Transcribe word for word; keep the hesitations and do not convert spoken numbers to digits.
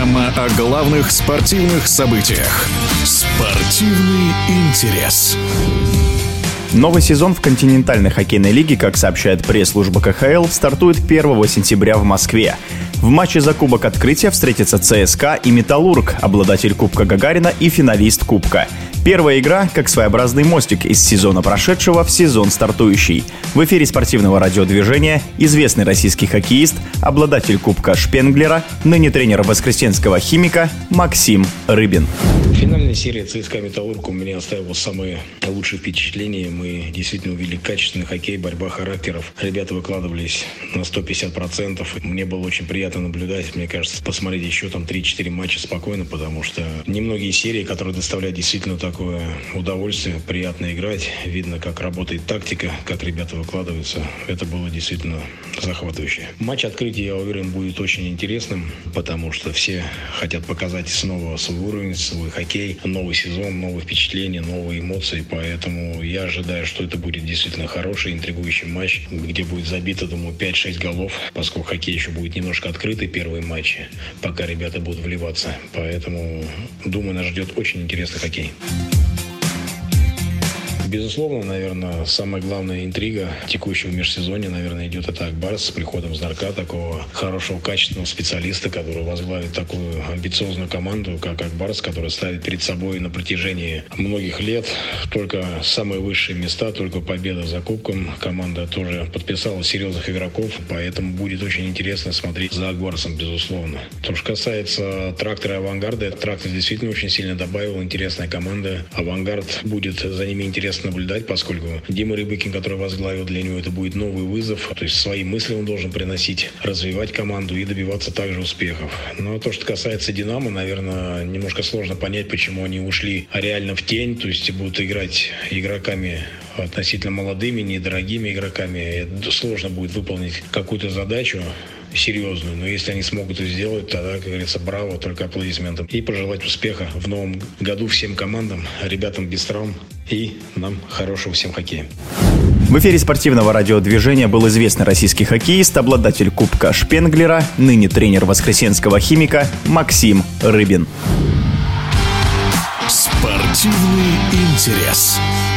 Программа о главных спортивных событиях. Спортивный интерес. Новый сезон в континентальной хоккейной лиге, как сообщает пресс-служба ка ха эл, стартует первого сентября в Москве. В матче за Кубок Открытия встретятся ЦСКА и Металлург, обладатель Кубка Гагарина и финалист Кубка. Первая игра как своеобразный мостик из сезона прошедшего в сезон стартующий. В эфире спортивного радиодвижения известный российский хоккеист, обладатель Кубка Шпенглера, ныне тренер воскресенского «Химика» Максим Рыбин. Финальная серия ЦСКА «Металлург» у меня оставила самые лучшие впечатления. Мы действительно увидели качественный хоккей, борьба характеров. Ребята выкладывались на сто пятьдесят процентов. Мне было очень приятно наблюдать. Мне кажется, посмотреть еще там три-четыре матча спокойно, потому что немногие серии, которые доставляют действительно такое удовольствие, приятно играть. Видно, как работает тактика, как ребята выкладываются. Это было действительно захватывающе. Матч открытия, я уверен, будет очень интересным, потому что все хотят показать снова свой уровень, свой хоккей, новый сезон, новые впечатления, новые эмоции. Поэтому я ожидаю, что это будет действительно хороший, интригующий матч, где будет забито, думаю, пять-шесть голов, поскольку хоккей еще будет немножко открытый, первые матчи, пока ребята будут вливаться. Поэтому, думаю, нас ждет очень интересный хоккей. Безусловно, наверное, самая главная интрига текущего межсезонья, наверное, идет это Ак Барс с приходом Зарка, такого хорошего, качественного специалиста, который возглавит такую амбициозную команду, как Ак Барс, которая ставит перед собой на протяжении многих лет только самые высшие места, только победа за Кубком. Команда тоже подписала серьезных игроков, поэтому будет очень интересно смотреть за Ак Барсом, безусловно. То, что касается Трактора и Авангарда, Трактор действительно очень сильно добавил, интересная команда. Авангард будет за ними интересно наблюдать, поскольку Дима Рыбыкин, который возглавил, для него это будет новый вызов. То есть свои мысли он должен приносить, развивать команду и добиваться также успехов. Но то, что касается Динамо, наверное, немножко сложно понять, почему они ушли реально в тень, то есть будут играть игроками относительно молодыми, недорогими игроками. Сложно будет выполнить какую-то задачу серьезную, но если они смогут это сделать, тогда, как говорится, браво, только аплодисментам. И пожелать успеха в новом году всем командам, ребятам без травм и нам хорошего всем хоккея. В эфире спортивного радиодвижения был известный российский хоккеист, обладатель Кубка Шпенглера, ныне тренер воскресенского «Химика» Максим Рыбин. Спортивный интерес.